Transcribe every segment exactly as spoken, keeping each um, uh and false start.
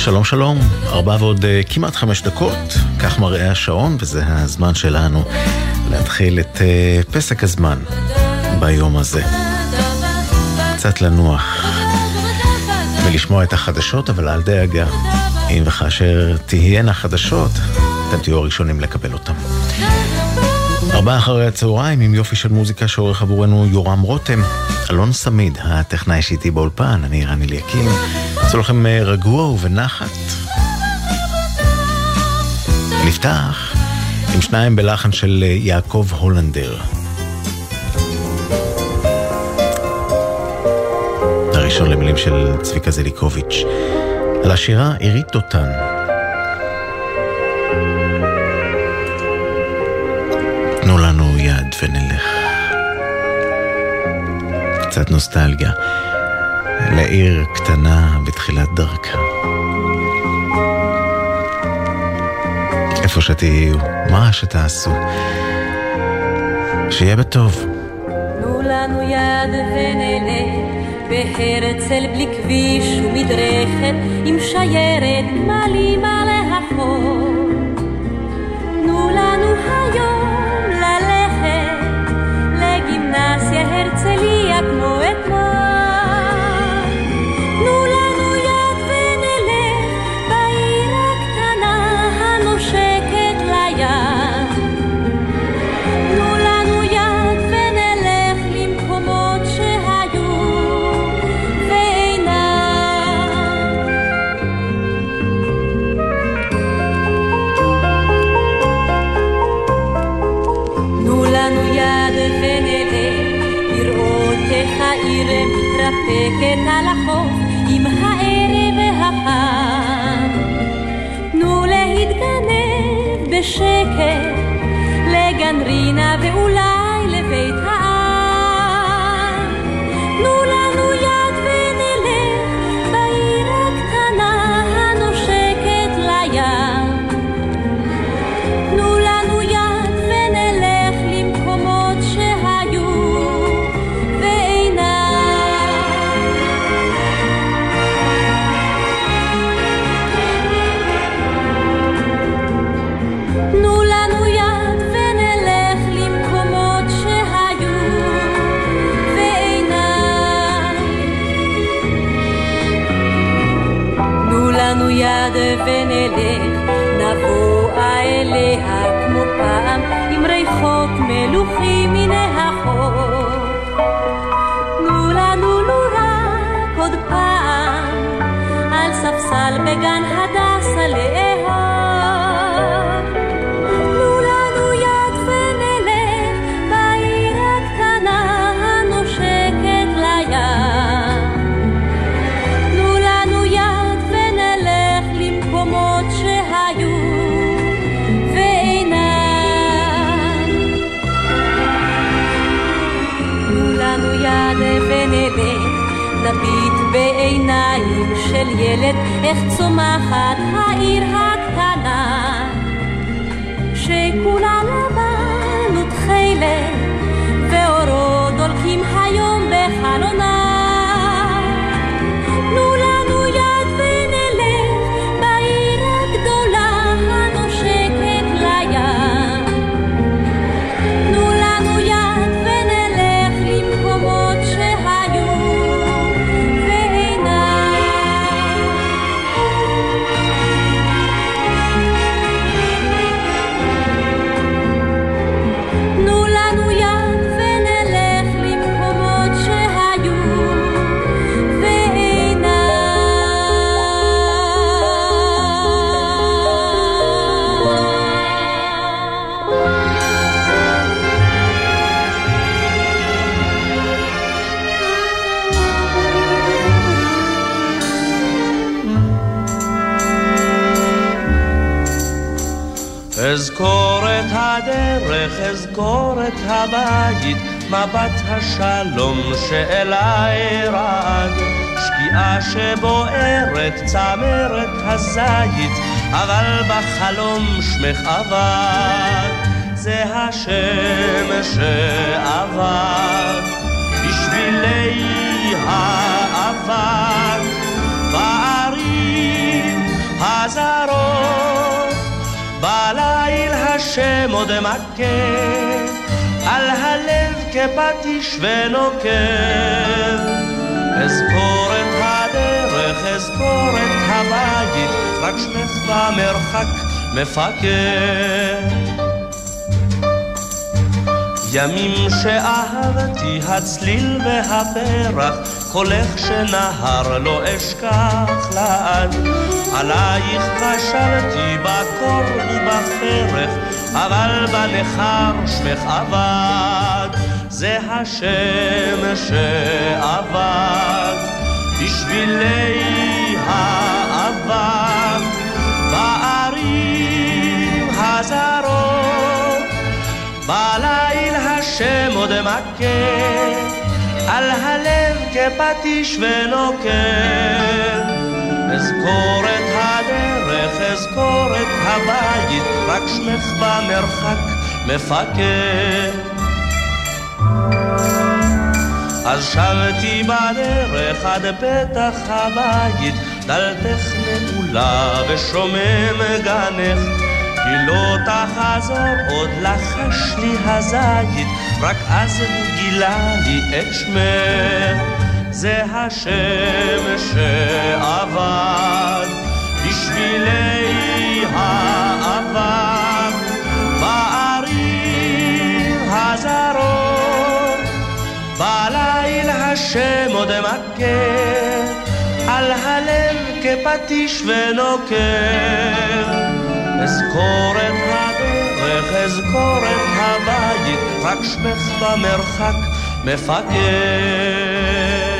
שלום שלום, ארבע ועוד uh, כמעט חמש דקות, כך מראה השעון, וזה הזמן שלנו להתחיל את uh, פסק הזמן ביום הזה. קצת לנוח ולשמוע את החדשות, אבל אל דאגה, אם וכאשר תהיינה חדשות, אתם תהיו הראשונים לקבל אותם. ארבע אחרי הצהריים עם יופי של מוזיקה שעורך עבורנו יורם רותם, אלון סמיד, הטכנאי שאיתי באולפן, אני רני ליקים. עשו לכם רגוע ובנחת. נפתח עם שניים בלחן של יעקב הולנדר. הראשון למילים של צביקה זליקוביץ', על השירה עירית דותן. תנו לנו יד ונלך. קצת נוסטלגיה לעיר קטנה בתחילת דרכה. איפה שתהיו, מה שתעשו, שיהיה בטוב. תנו לנו יד ונלך בהרצל בלי כביש ומדרכת, עם שיירת גמלים על החור. תנו לנו היום ללכת לגימנסיה הרצליה כמו אתמול. העיר מתרפקת על החוף עם הערב החם. תנו להתגנב בשקט לגנרינה ואולי לבית העם. תנו לנו יד ונלך בעיר הקטנה הנושקת לים. תנו לנו יד ונלך למקומות שהיו יד ונלך, נבוא אליה כמו פעם עם ריחות מלוכים מן החוף. תנו לנו לו רק עוד פעם על ספסל בגן הדסה לאהוב. תנו לנו יד ונלך בעיר הקטנה הנושקת לים. תנו לנו יד ונלך למקומות שהיו ואינם. תנו לנו יד ונלך, נביט בעיניים של ילד איך צומחת העיר הקטנה, שכולה לבן ותכלת ואורות דולקים היום בחלונה. תנו לנו יד ונלך בעיר הגדולה הנושקת לים. תנו לנו יד ונלך למקומות שהיו ואינם. תנו לנו יד ונלך למקומות שהיו אזכור את הדרך, אזכור את הבית, מבט השלום שאליי רעד, שקיעה שבוערת צמרת הזית, אבל בחלום שמך עבד. זה השם שעבד בשבילי האבק בערים חזרות, בליל השם עוד מכה, על הלב כפטיש ונוקב. אזכור את הדרך, אזכור את הבית, רק שמך במרחק מפקד. ימים שאהבתי הצליל והפרח, קולך שנהר לא אשכח לעד. עלייך חשבתי בקור ובפרח, אבל בנחר שמך עבד. זה השם שעבד בשבילי האבק בערים הזרות. בליל השם עוד מכה, על הלב כפטיש ונוקב. אזכור את הדרך, אזכור את הבית, רק שמך במרחק מפקד. אז שבתי בדרך עד פתח הבית, דלתך נעולה ושומם גנך, כי לא תחזור עוד לחש לי הזית, רק אז גילה לי את שמך. זה השם שעבד בשבילי האבק בערים הזרות. בליל השם עוד מכה, על הלב כפטיש ונוקב. אזכור את הדרך, אזכור את הבית, רק שמך במרחק מפקד.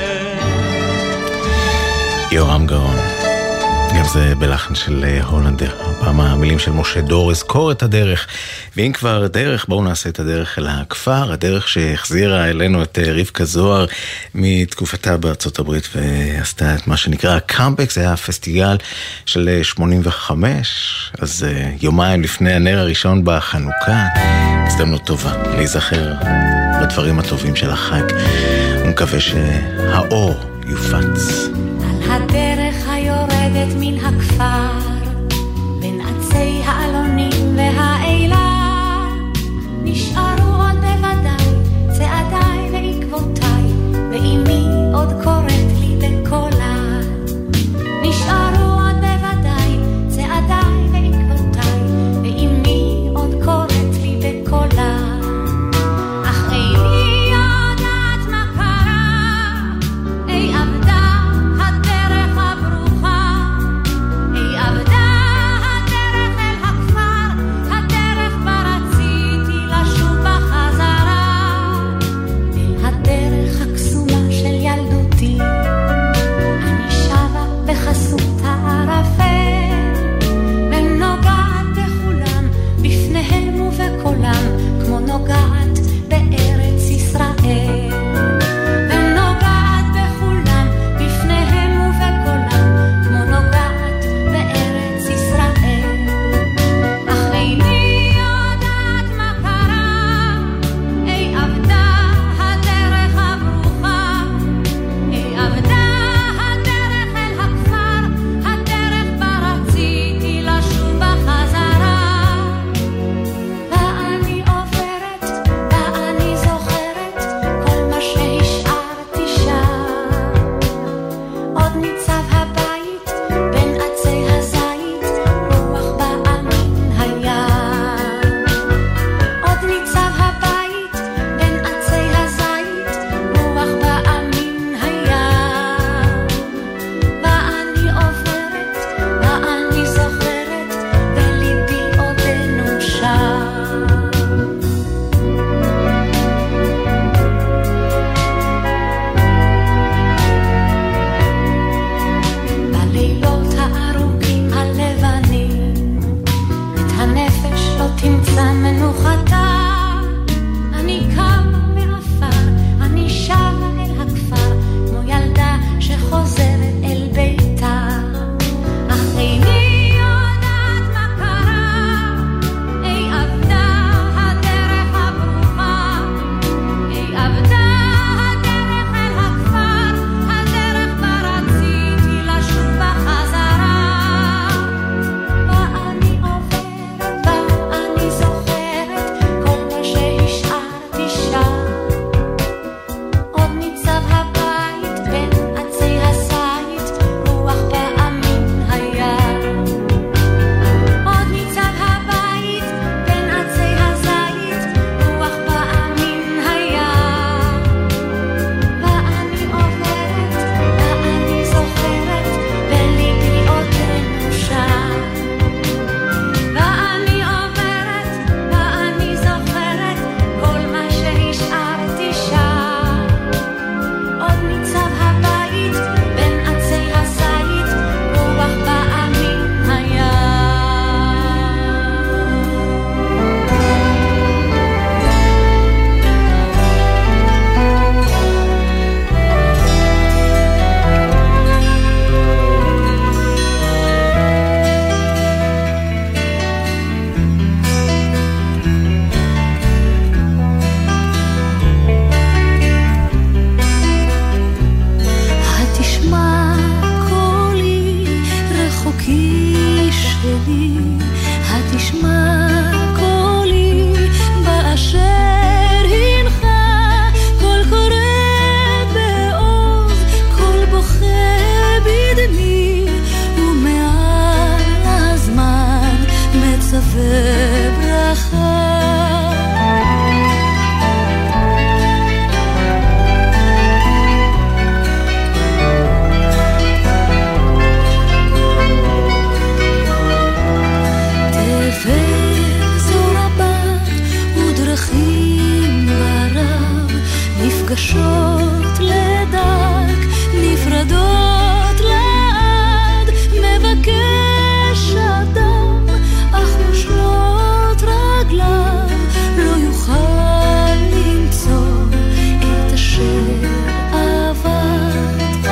יורם גאון, גם זה בלחן של הולנדר, הפעם המילים של משה דור, אזכור את הדרך. ואם כבר דרך, בואו נעשה את הדרך אל הכפר, הדרך שהחזירה אלינו את רבקה זוהר מתקופתה בארצות הברית, ועשתה את מה שנקרא קאמבק. זה היה פסטיגל של שמונים וחמש, אז יומיים לפני הנר הראשון בחנוכה, הזדמנות טובה להיזכר בדברים הטובים של החג, ומקווה שהאור יופץ. על הדרך היורדת מן הכפר, בין עצי העלונים והאילה, נשארו עוד בוודאי צעדיי ועקבותיי, ואימי עוד קוראת לי בקולה. נשארו עוד בוודאי צעדיי ועקבותיי, ואימי עוד קוראת לי בקולה. אך איני יודעת מה קרה, אי עבדה הדרך מוגשות לדק, נפרדות לעד, מבקש אדם, אך מושלות רגליו, לא יוכל למצוא את אשר עבד.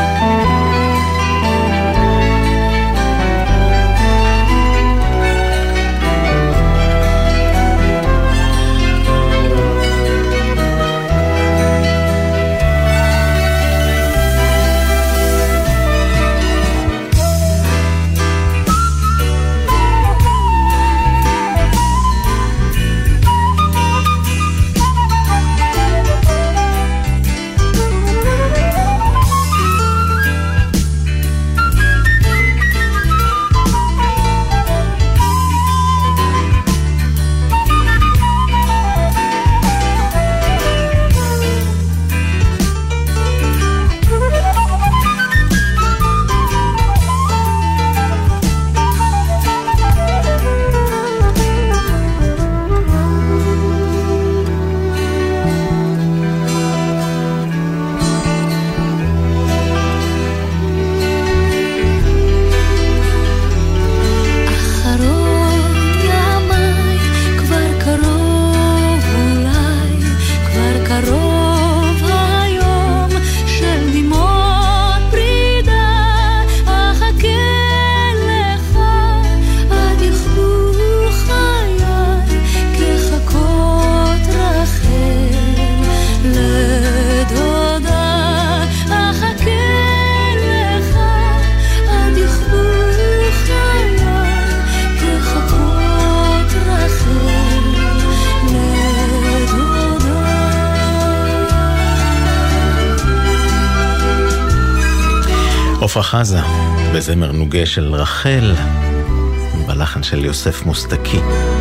עופרה חזה בזמר נוגה של רחל בלחן של יוסף מוסטקי.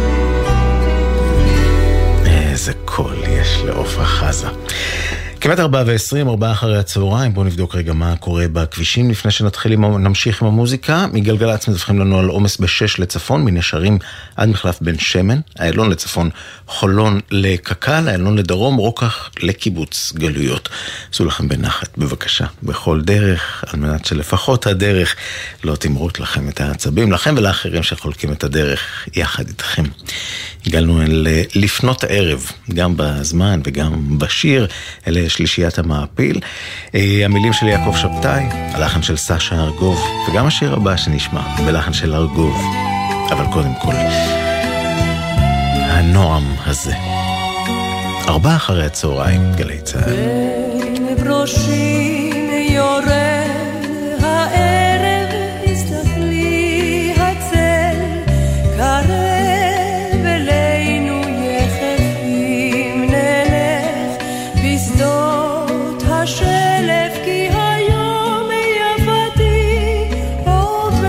איזה קול יש לעופרה חזה. כמעט ארבע ועשרים, ארבעה אחרי הצהריים. בואו נבדוק רגע מה קורה בכבישים לפני שנתחיל עם, נמשיך עם המוזיקה. מגלגלצ מדווחים לנו על עומס בשש לצפון, מנשרים עד מחלף בן שמן, איילון לצפון, חולון לקקל, איילון לדרום, רוקח לקיבוץ גלויות. עשו לכם בנחת בבקשה בכל דרך, על מנת שלפחות הדרך לא תמרוט לכם את העצבים, לכם ולאחרים שחולקים את הדרך יחד איתכם. הגענו אל לפנות הערב, גם בזמן וגם בשיר, אלה שלישיית המעפיל, המילים של יעקב שבתאי, הלחן של סשה ארגוב, וגם השיר הבא שנשמע בלחן של ארגוב. אבל קודם כל, הנועם הזה. ארבע אחרי הצהריים, גלי צהל. בין ברושים יורד הערב, הסתכלי הצל, קרב אלינו יחפים, נלך בשדות השלף, כי היום יפתי עובר.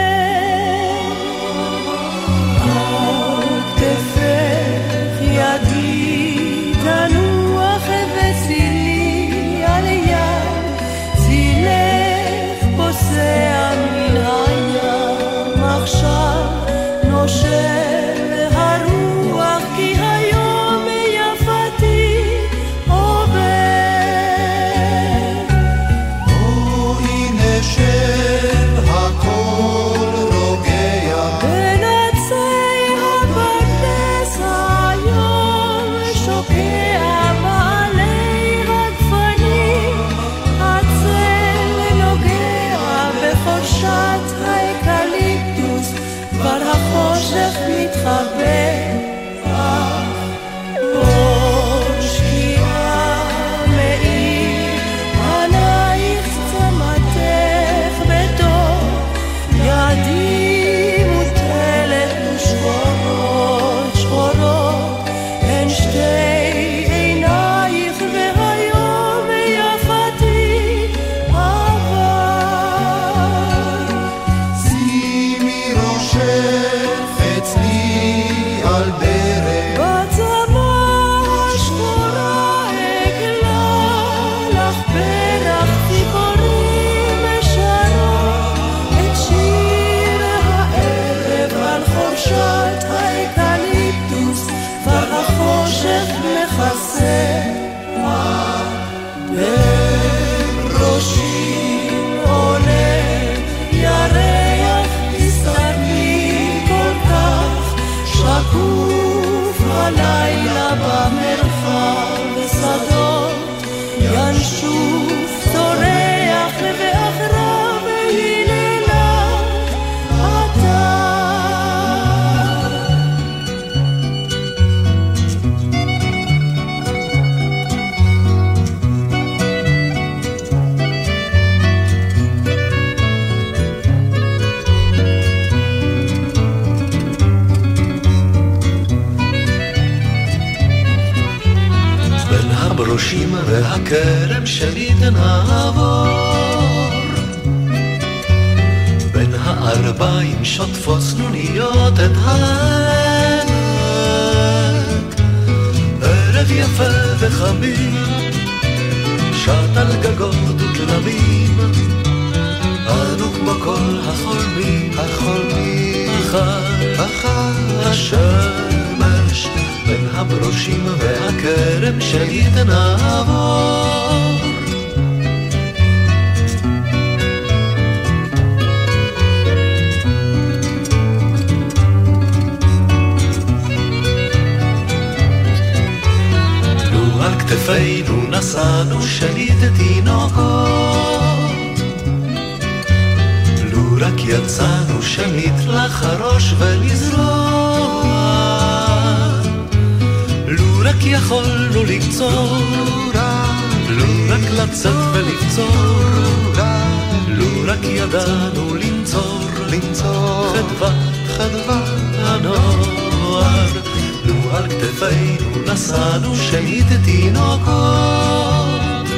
על כתפך ידי תנוח וצילי על יד, צילך פוסע מן הים, עכשיו נושם הרוח, כי היום יפתי עובר. בואי נשב הכל רוגע, בין עצי הפרדס היום שוקע בעלי הגפנים, הצל נוגע בחורשת האקליפטוס, כבר החושך מתחבא, אור שקיעה מאיר עלייך צמתך בתוך ידי מוטלת ושחורות שחורות הן שתי עינייך, והיום יפתי עבר. שימי ראשך אצלי על ברך, בצבא השחורה עגלה לך פרח ציפורים שרות, את שיר הערב על חורשת האקליפטוס, כבר החושך מכסה. בשדות ינשוף צורח ואחריו היללה אתה. הברושים והכרם שלי תנעבור בין הארבעים שוטפות סנוניות את העמק ערב יפה וחמים שט על גגות וגלמים אנו כמו כל החולמים החולמים אחר אחר השמש בין הברושים והכרם שלי תנעבור לו על כתפינו נשאנו שליט תינוקות לו רק יצאנו שליט לחרוש ולזרוע רק יכולנו לקצור, לו רק לצאת ולקצור, לו רק ידענו לנצור, חדווה, חדווה הנוער, לו על כתפינו נשאנו שליט תינוקות.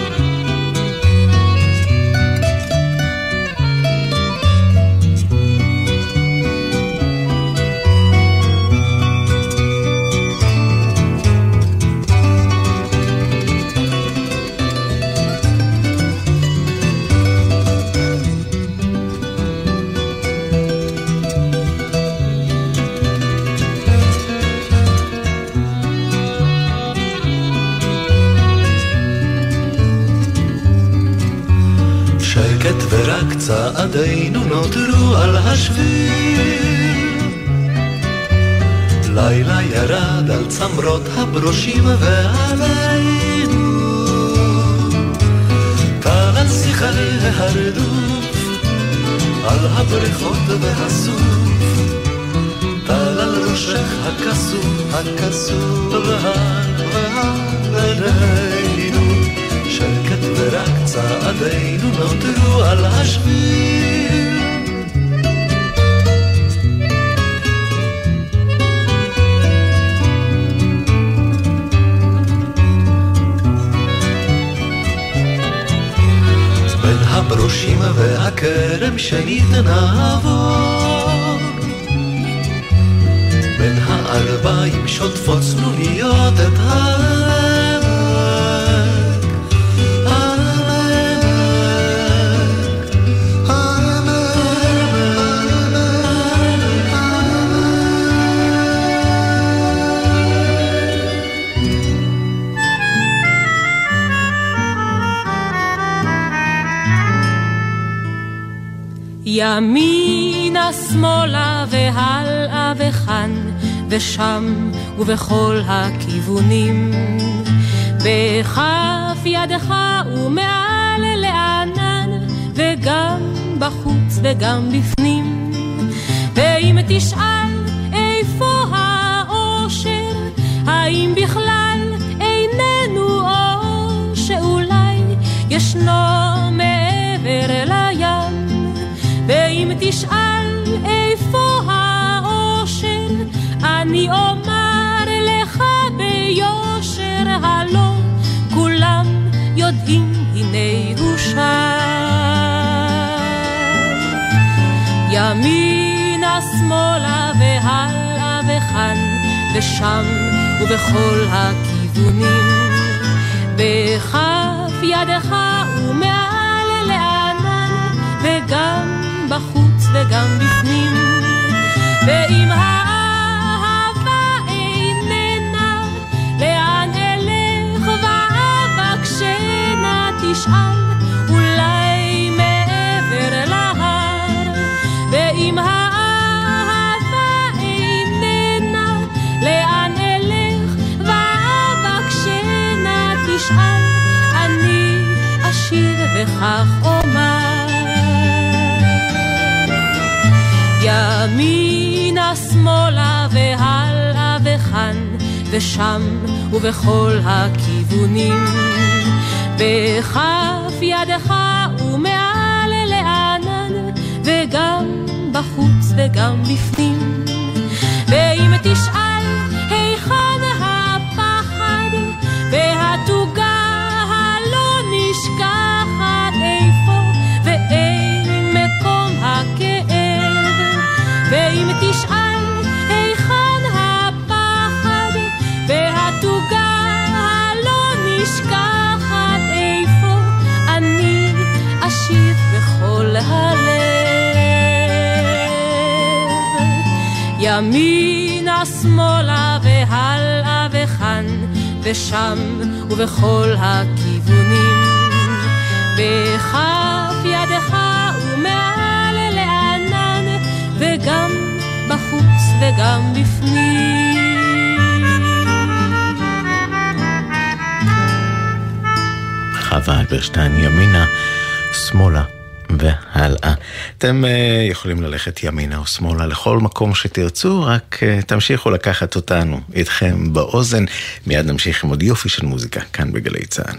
ורק צעדינו נותרו על השביל לילה ירד על צמרות הברושים ועלינו טל על שיחי ההרדוף על הבריכות והסוף טל על ראשך הכסוף הכסוף ועלינו שקט ורק צעדינו נותרו על השביל בין הברושים והכרם שלי תנעבור בין הארבעים שוטפות סנוניות את העמק ימינה שמאלה והלאה וכאן ושם ובכל הכיוונים בכף ידך ומעל לענן וגם בחוץ וגם בפנים ואם תשאל איפה האושר האם בכלל איננו או שאולי ישנו מעבר לים ואם תשאל איפה האושר אני אומר לך ביושר הלא כולם יודעים הנה הוא שם ימינה שמאלה והלאה וכאן ושם ובכל הכיוונים בכף ידך ומעל לענן וגם בחוץ וגם בפנים ואם האהבה איננה לאן אלך ואבקשנה תשאל אולי מעבר להר ואם האהבה איננה לאן אלך ואבקשנה תשאל ימינה שמאלה והלאה וכאן ושם ובכל הכיוונים, בכף ידך ומעל לענן, וגם בחוץ וגם בפנים. ואם תשאל היכן הפחד והתוגה הלא נשכחת, איפה ואין מקום הכאב. ואם תשאל היכן הפחד והתוגה הלא נשכחת, איפה אני אשיב בכל הלב. ימינה שמאלה והלאה וכאן ושם ובכל הכיוונים, בכף ידך ומעל לענן, וגם בחוץ וגם בפנים. חווה אלברשטיין, ימינה שמאלה והלאה. אתם uh, יכולים ללכת ימינה או שמאלה לכל מקום שתרצו, רק uh, תמשיכו לקחת אותנו איתכם באוזן. מיד נמשיך עם עוד יופי של מוזיקה כאן בגלי צהל.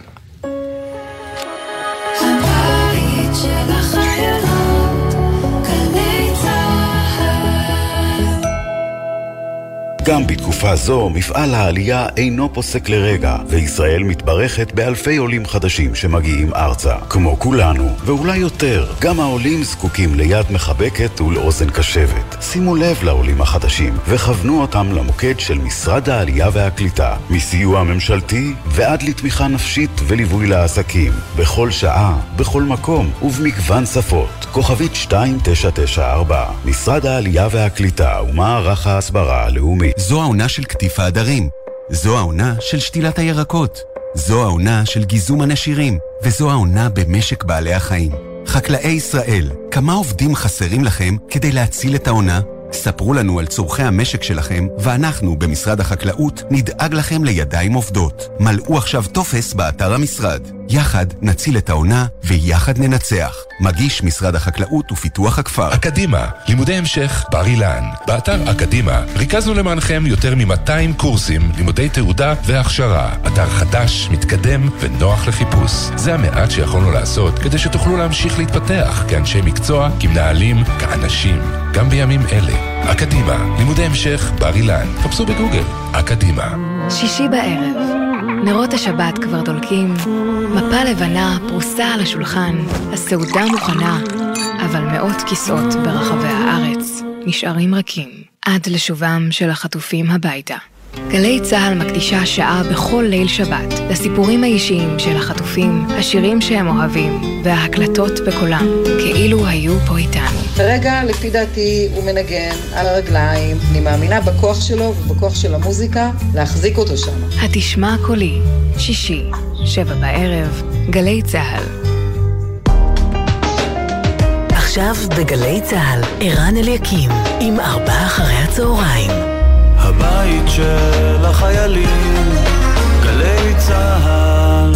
הבית של החיילות, גלי צהל. גם בתקופה זו מפעל העלייה אינו פוסק לרגע, וישראל מתברכת באלפי עולים חדשים שמגיעים ארצה. כמו כולנו, ואולי יותר, גם העולים זקוקים ליד מחבקת ולאוזן קשבת. שימו לב לעולים החדשים וכוונו אותם למוקד של משרד העלייה והקליטה, מסיוע ממשלתי ועד לתמיכה נפשית וליווי לעסקים, בכל שעה, בכל מקום ובמגוון שפות. כוכבית שתיים תשע תשע ארבע, משרד העלייה והקליטה ומערך ההסברה הלאומי. זו העונה של קטיף העדרים, זו העונה של שתילת הירקות, זו העונה של גיזום הנשירים, וזו העונה במשק בעלי החיים. חקלאי ישראל, כמה עובדים חסרים לכם כדי להציל את העונה? ספרו לנו על צורכי המשק שלכם, ואנחנו במשרד החקלאות נדאג לכם לידיים עובדות. מלאו עכשיו טופס באתר המשרד. יחד נציל את העונה ויחד ננצח. מגיש משרד החקלאות ופיתוח הכפר. אקדימה, לימודי המשך בר אילן. באתר אקדימה ריכזנו למענכם יותר מ-מאתיים קורסים, לימודי תעודה והכשרה. אתר חדש, מתקדם ונוח לחיפוש. זה המעט שיכולנו לעשות כדי שתוכלו להמשיך להתפתח כאנשי מקצוע, כמנהלים, כאנשים. גם בימים אלה. אקדימה, לימודי המשך בר אילן. חפשו בגוגל, אקדימה. שישי בערב, נרות השבת כבר דולקים, מפה לבנה פרוסה על השולחן, הסעודה מוכנה, אבל מאות כיסאות ברחבי הארץ נשארים רכים עד לשובם של החטופים הביתה. גלי צהל מקדישה שעה בכל ליל שבת לסיפורים האישיים של החטופים, השירים שהם אוהבים וההקלטות בקולם, כאילו היו פה איתנו. כרגע, לפי דעתי, הוא מנגן על הרגליים. אני מאמינה בכוח שלו ובכוח של המוזיקה להחזיק אותו שם. התשמע קולי, שישי, שבע בערב, גלי צהל. עכשיו בגלי צהל, ערן אליקים עם ארבע אחרי הצהריים. הבית של החיילים, גלי צהל.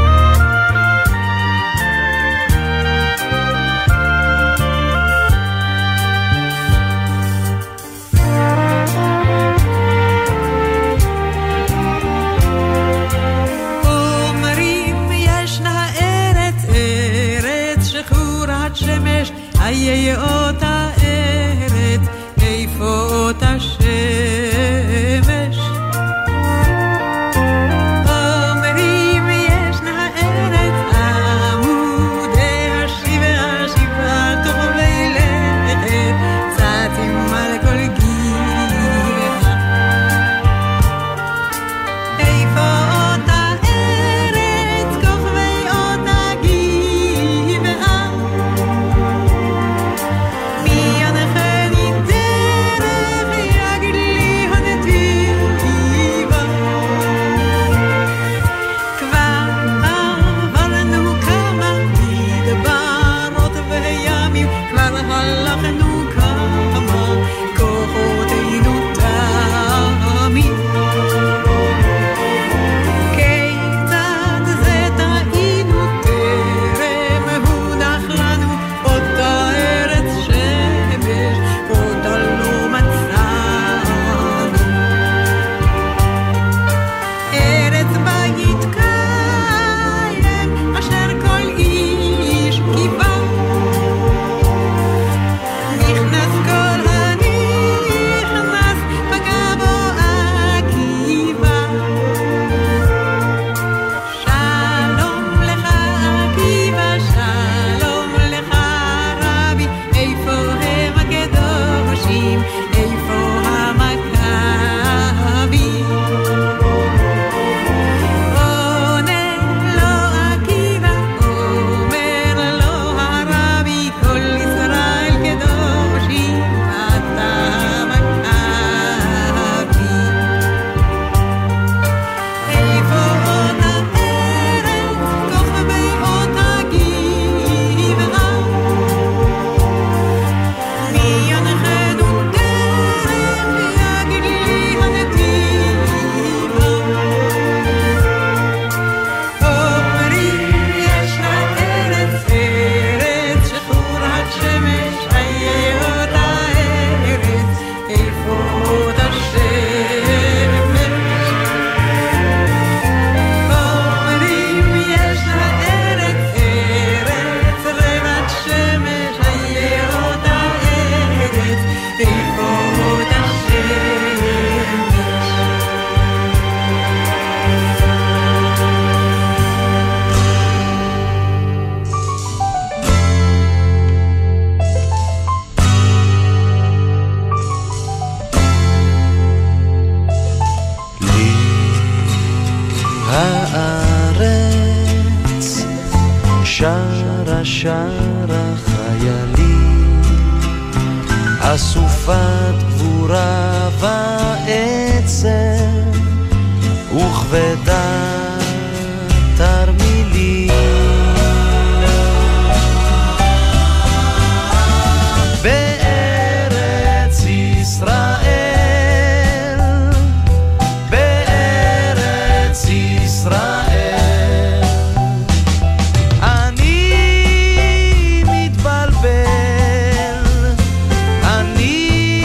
אומרים ישנה ארץ, ארץ שחורת שמש, איה אותה ארץ, איפה אותה שמש? הארץ שרה שרה חיילים, אסופת גבורה ועצם וכבדה תרמילים. בארץ ישראל, בארץ ישראל, אני מתבלבל, אני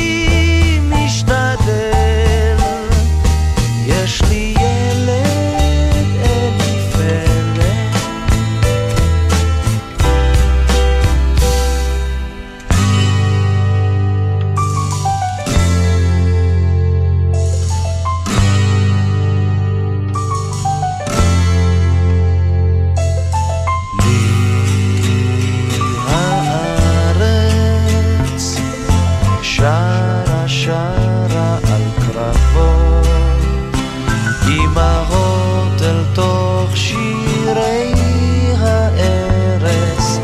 משתדל, יש לי ילד אליפלד. הארץ שרה שרה על קרבות, אמהות אל תוך שירי הארץ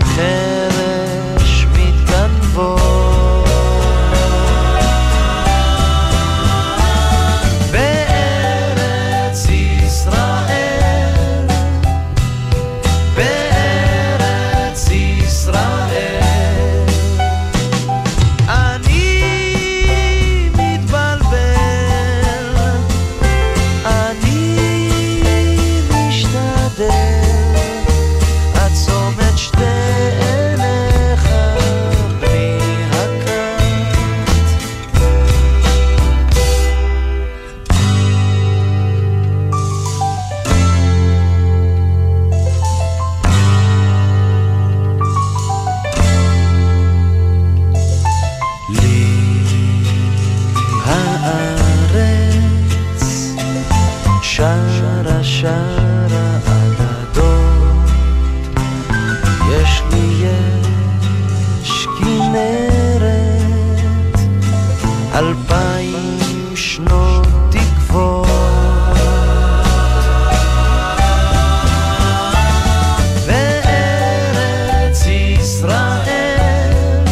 חרש מתגנבות. בארץ ישראל, בארץ ישראל, אני מתבלבל, אני משתדל, עצום את שתי עיניך בלי הכת. לי הארץ שרה שרה אגדות, יש לי יש כנרת, אלפיים שנות תקוות. בארץ ישראל,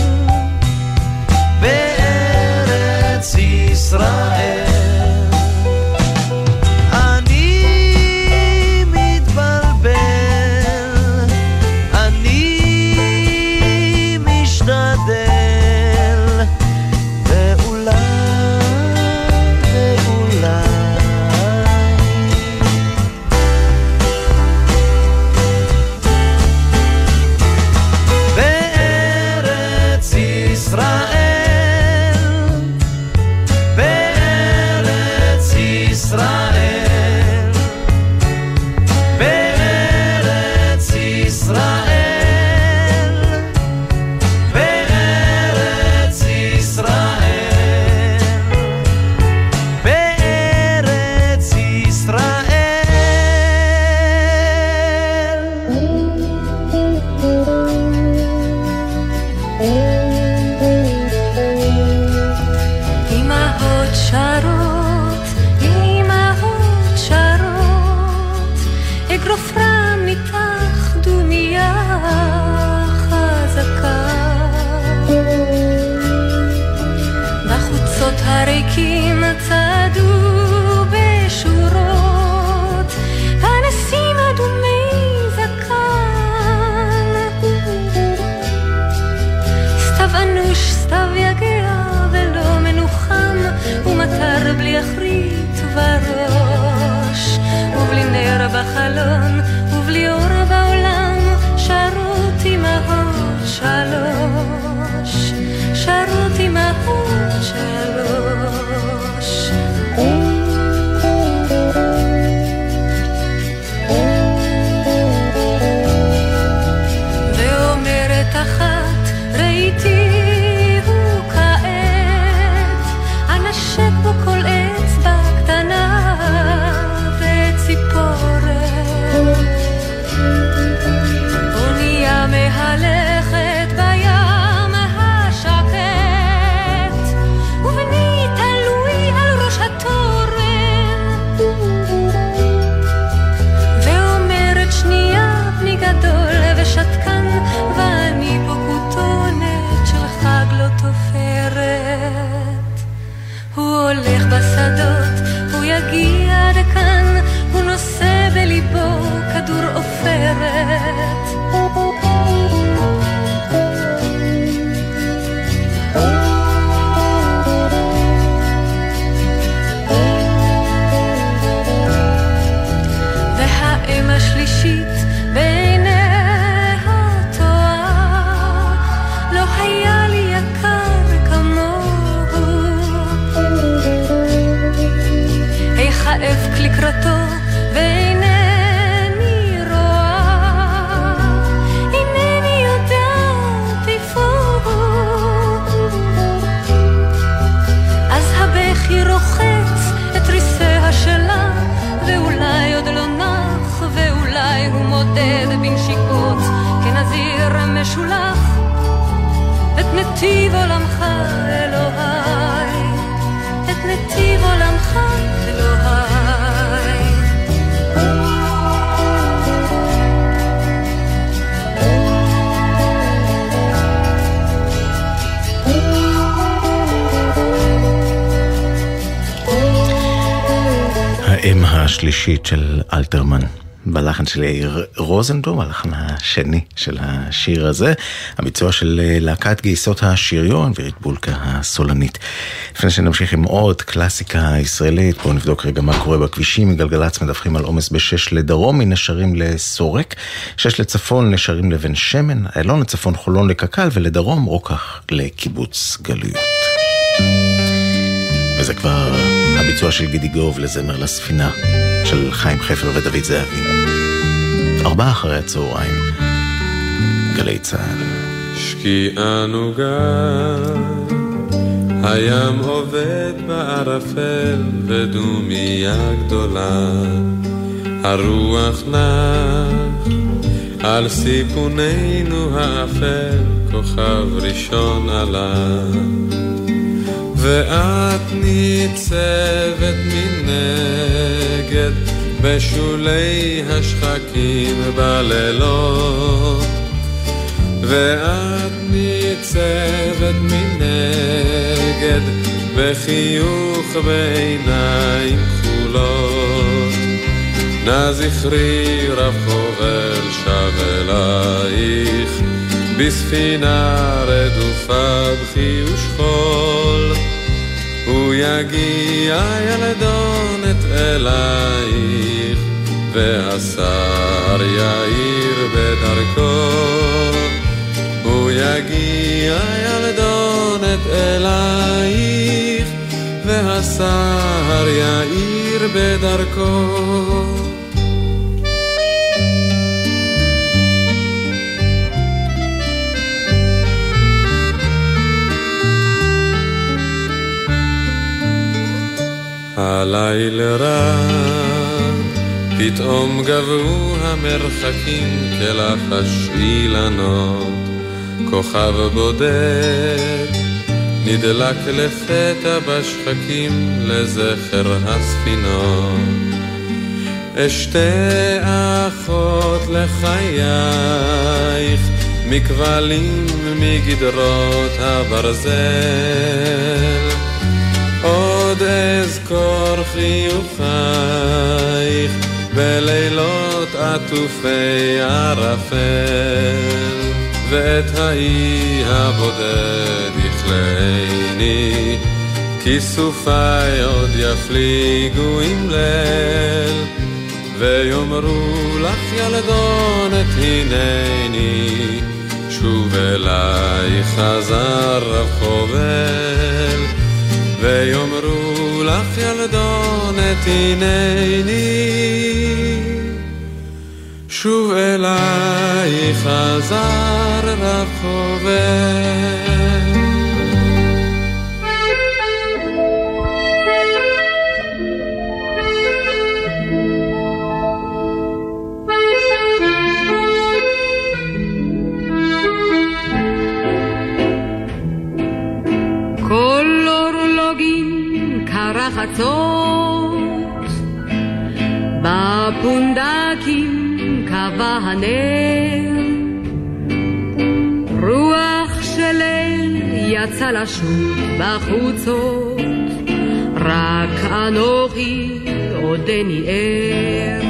בארץ ישראל, אני מתבלבל, אני משתדל, ואולי, ואולי בארץ ישראל, בארץ ישראל, בארץ ישראל, בארץ ישראל, בארץ אמהות שרות, אמהות שרות, אגרוף רם מתח דומיה חזקה, בחוצות הריקים צעדו בשורות פנסים אדומי זקן, סתיו אנוש סתיו יגע ולא מנוחם, ומטר בלי אחרית וראש, ובלי נר בחלון ובלי אור בעולם, שרות אמהות שלוש, שרות אמהות שלוש. ואומרת אחת ראיתי הוא כעת, אנשק בו כל אצבע קטנה וציפורת, השלישית בעיני התואר, לא היה לי יקר כמוהו. איך האבק לקראתו ואינני רואה, אינני יודעת איפה הוא. אז הבכי רוחץ את ריסיה שלה, ואולי עוד לא נח, ואולי הוא מודד בנשיקות כנזיר משולח את נתיב עולמך אלוהי, את נתיב עולמך אלוהי. האם השלישית של אלתרמן, בלחן של יאיר רוזנבלום, הלחן השני של השיר הזה, הביצוע של להקת גייסות השריון וירית בולקה הסולנית. לפני שנמשיך עם עוד קלאסיקה ישראלית, בואו נבדוק רגע מה קורה בכבישים. מגלגלץ מדווחים על עומס בשש לדרום, מנשרים לסורק, שש לצפון, נשרים לבן שמן, איילון לצפון, חולון לקקל, ולדרום רוקח לקיבוץ גלויות. וזה כבר הביצוע של גידי גוב לזמר לספינה של חיים חפר ודוד זהבי. ארבעה אחרי הצהריים, גלי צהל. שקיעה נוגה, הים עובד בערפל ודומיה גדולה, הרוח נח על סיפוננו האפל, כוכב ראשון עלה. ואת ניצבת מנגד בשולי השחקים בלילות, ואת ניצבת מנגד בחיוך בעיניים כחולות. נא זכרי רב חובל שב אלייך בספינה רדופה בכי ושכול, הוא יגיע ילדונת אלייך והשר יאיר בדרכו, הוא יגיע ילדונת אלייך והשר יאיר בדרכו. הליל רע, פתאום גבו המרחקים כלחש אילנות, כוכב בודד נדלק לפתע בשחקים לזכר הספינות. אשתי אחות לחייך מכבלים מגדרות הברזל, עוד אזכור חיוכייך בלילות עטופי ערפל, ואת האי הבודד יכלני, כיסופי עוד יפליגו עם ליל, ויאמרו לך ילדונת הנני, שוב אליי חזר רב חובל, ויאמרו לך ילדונת הנני, שוב אליי חזר רב חובל. חצות בפונדקים קבע הנר, רוח של ליל יצא לשוט בחוצות, רק אנוכי עודני ער.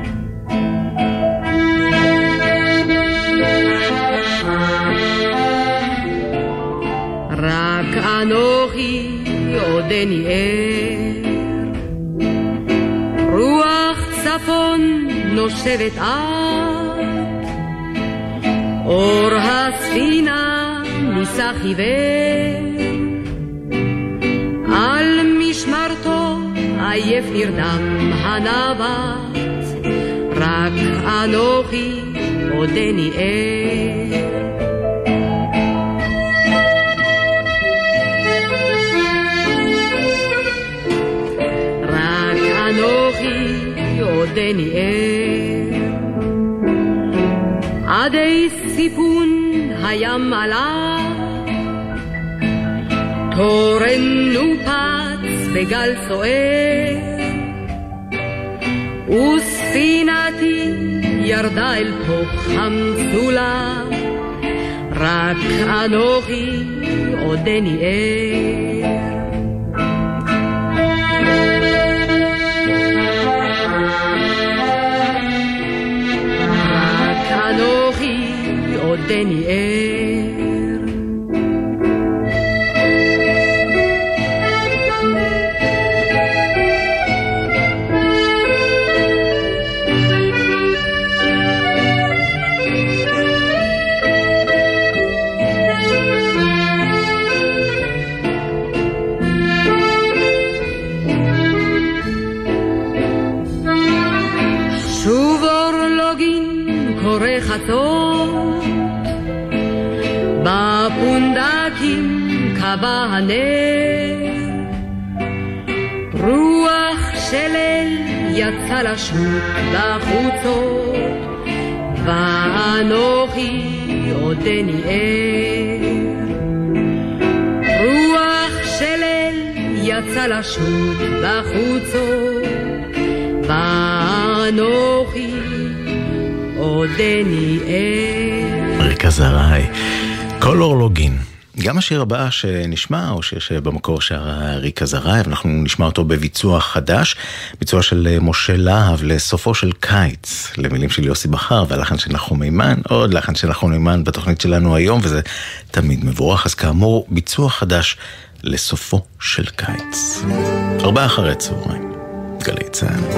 רק אנוכי עודני ער, רוח צפון נושבת את, אור הספינה ניסח עיוור, על משמרתו עייף נרדם הנווט, רק אנוכי עודני ער. רק אנוכי עודני ער. עדי סיפון הים עלה, תורן נופץ בגל סוער, וספינתי ירדה אל תוך המצולה, רק אנוכי עודני ער. רק אנוכי עודני ער. חצות בפונדקים קבע הנר, רוח של אל יצא לשוט בחוצות, ואנוכי עודני ער. רוח של אל יצא לשוט בחוצות, ואנוכי עודני ער. ריקה זרעי, כל אורלוגין. גם השיר הבא שנשמע, או שיר שבמקור שרה ריקה זרעי, ואנחנו נשמע אותו בביצוע חדש, ביצוע של משה להב לסופו של קיץ, למילים של יוסי בחר, והלחן של נחום מימן, עוד לחן של נחום מימן בתוכנית שלנו היום, וזה תמיד מבורך. אז כאמור, ביצוע חדש לסופו של קיץ. ארבעה אחרי צהריים, גלי צהל.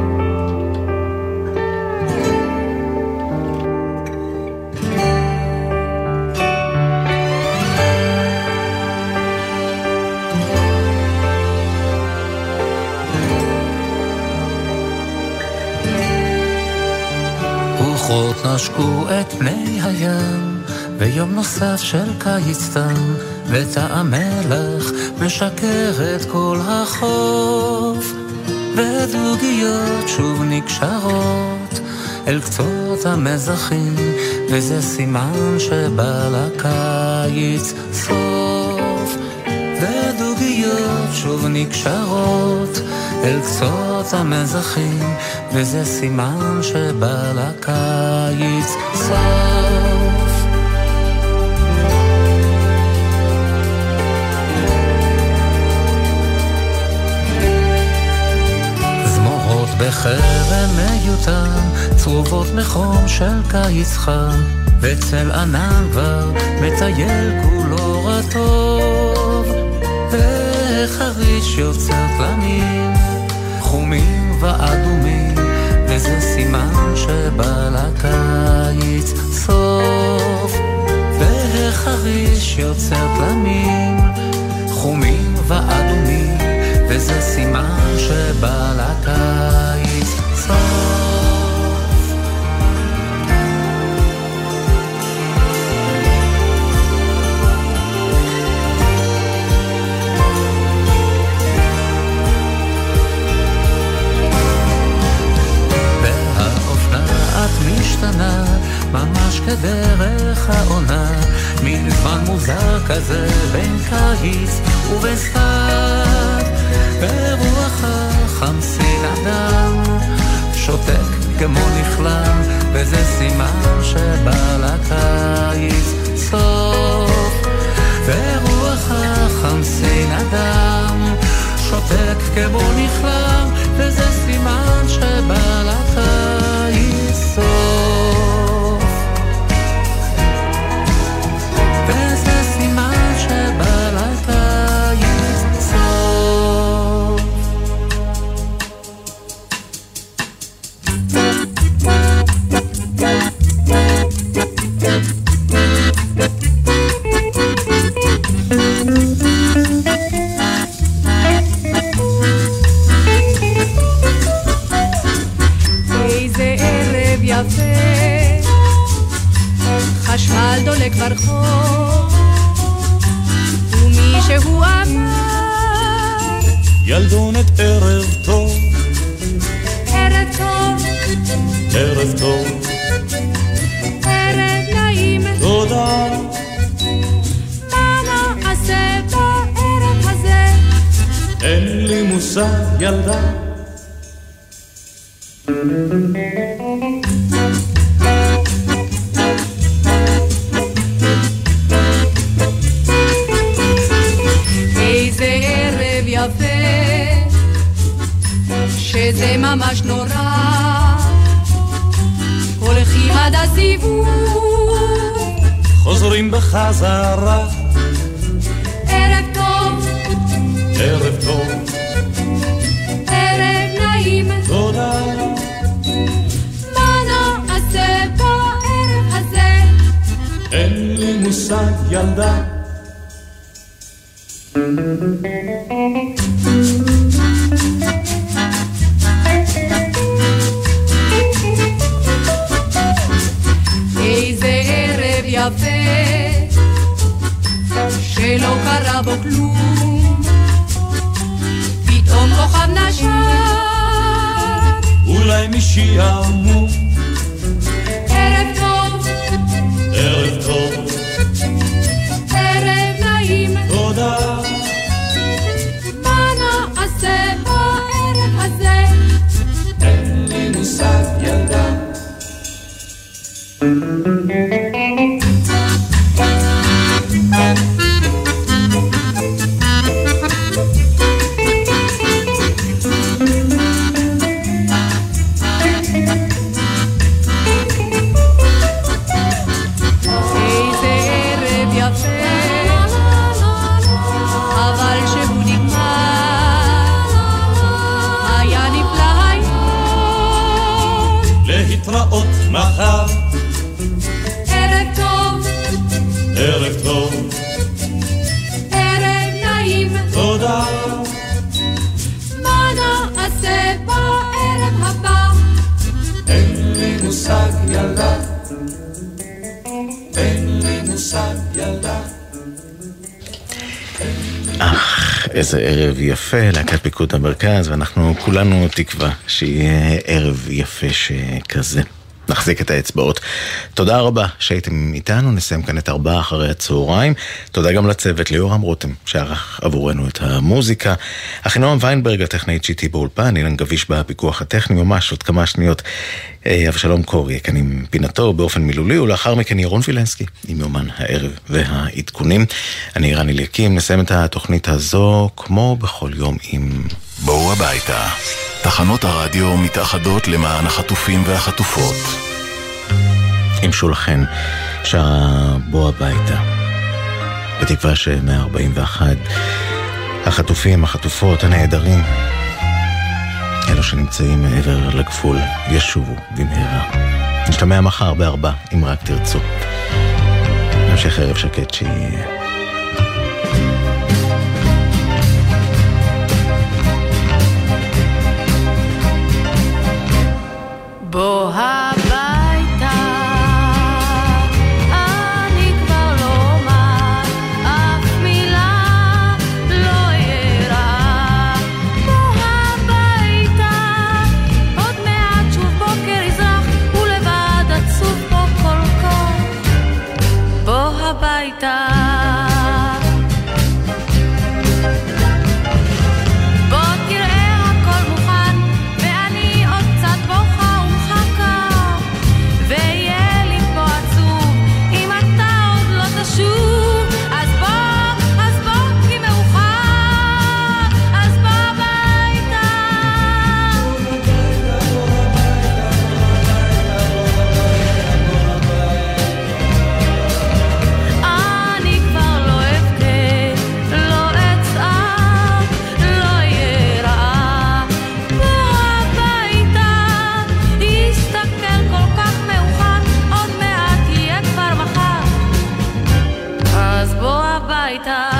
רוחות נשקו את פני הים, ויום נוסף של קיץ תם, ותא המלח משקר את כל החוף, ודוגיות שוב נקשרות אל קצות המזחים, וזה סימן שבא לקיץ סוף. ודוגיות שוב נקשרות אל קצות המזחים, וזה סימן שבא לקיץ סוף. זמורות בחרם מיותם, צרובות מחום של קיץ חם, וצל ענן כבר מטייל כולו רטוב, וחריש יוצר תלמים חומים ואדומים, וזה סימן שבא לקיץ סוף. וחריש יוצר תלמים חומים ואדומים, וזה סימן שבא לקיץ סוף. משתנה ממש כדרך העונה, מין זמן מוזר כזה בין קיץ ובסתיו, ברוח החמסין אדם שותק כמו נכלם, וזה סימן שבא לקיץ סוף. ברוח החמסין אדם שותק כמו נכלם, וזה סימן שבא לקיץ סוף. וזה סימן שבא לקיץ סוף. איזה ערב יפה, חשמל דולק ברחוב, ומישהו אמר ילדונת ערב טוב, ערב טוב, ערב טוב, ערב נעים, תודה. מה נעשה בערב הזה? אין לי מושג ילדה, איזה ערב יפה, שזה ממש נורא, הולכים עד הסיבוב, חוזרים בחזרה. ערב טוב, ערב טוב, ערב נעים, תודה. מה נעשה בערב הזה? אין לי מושג ילדה, איזה ערב יפה, שלא קרה בו כלום, פתאום כוכב נשר, אולי משיעמו. ערב טוב, ערב טוב, ערב נעים, תודה. מה נעשה בערב הזה? אין לי מושג ילדה, להתראות מחר. ערב טוב, ערב טוב, ערב נעים, תודה. מה נעשה בערב הבא? אין לי מושג ילדה, אין לי מושג ילדה. אך, איזה ערב יפה, להקת פיקוד המרכז, ואנחנו כולנו תקווה שיהיה ערב יפה שכזה. נחזיק את האצבעות. תודה רבה שהייתם איתנו, נסיים כאן את ארבעה אחרי הצהריים. תודה גם לצוות ליאורם רותם שערך עבורנו את המוזיקה. אחינועם ויינברג הטכנאית שיטי באולפן, אילן גביש בפיקוח הטכני, ממש עוד כמה שניות. אבשלום קורי כאן עם פינתו באופן מילולי, ולאחר מכן ירון וילנסקי עם יומן הערב והעדכונים. אני רן אליקים, נסיים את התוכנית הזו כמו בכל יום עם בואו הביתה. תחנות הרדיו מתאחדות למען החטופים והחטופות. עם שולחן שעה בוא הביתה, בתקווה ש-מאה ארבעים ואחת החטופים, החטופות, הנעדרים, אלו שנמצאים מעבר לגבול, ישובו במהרה. נשתמע מחר בארבע, אם רק תרצו. נמשיך ערב שקט שיהיה. בוא הביתה, אני כבר לא אומר אף מילה, לא יראה. בוא הביתה, עוד מעט שוב בוקר יזרח, ולבד עצוב פה כל כך. בוא הביתה, בוא הביתה.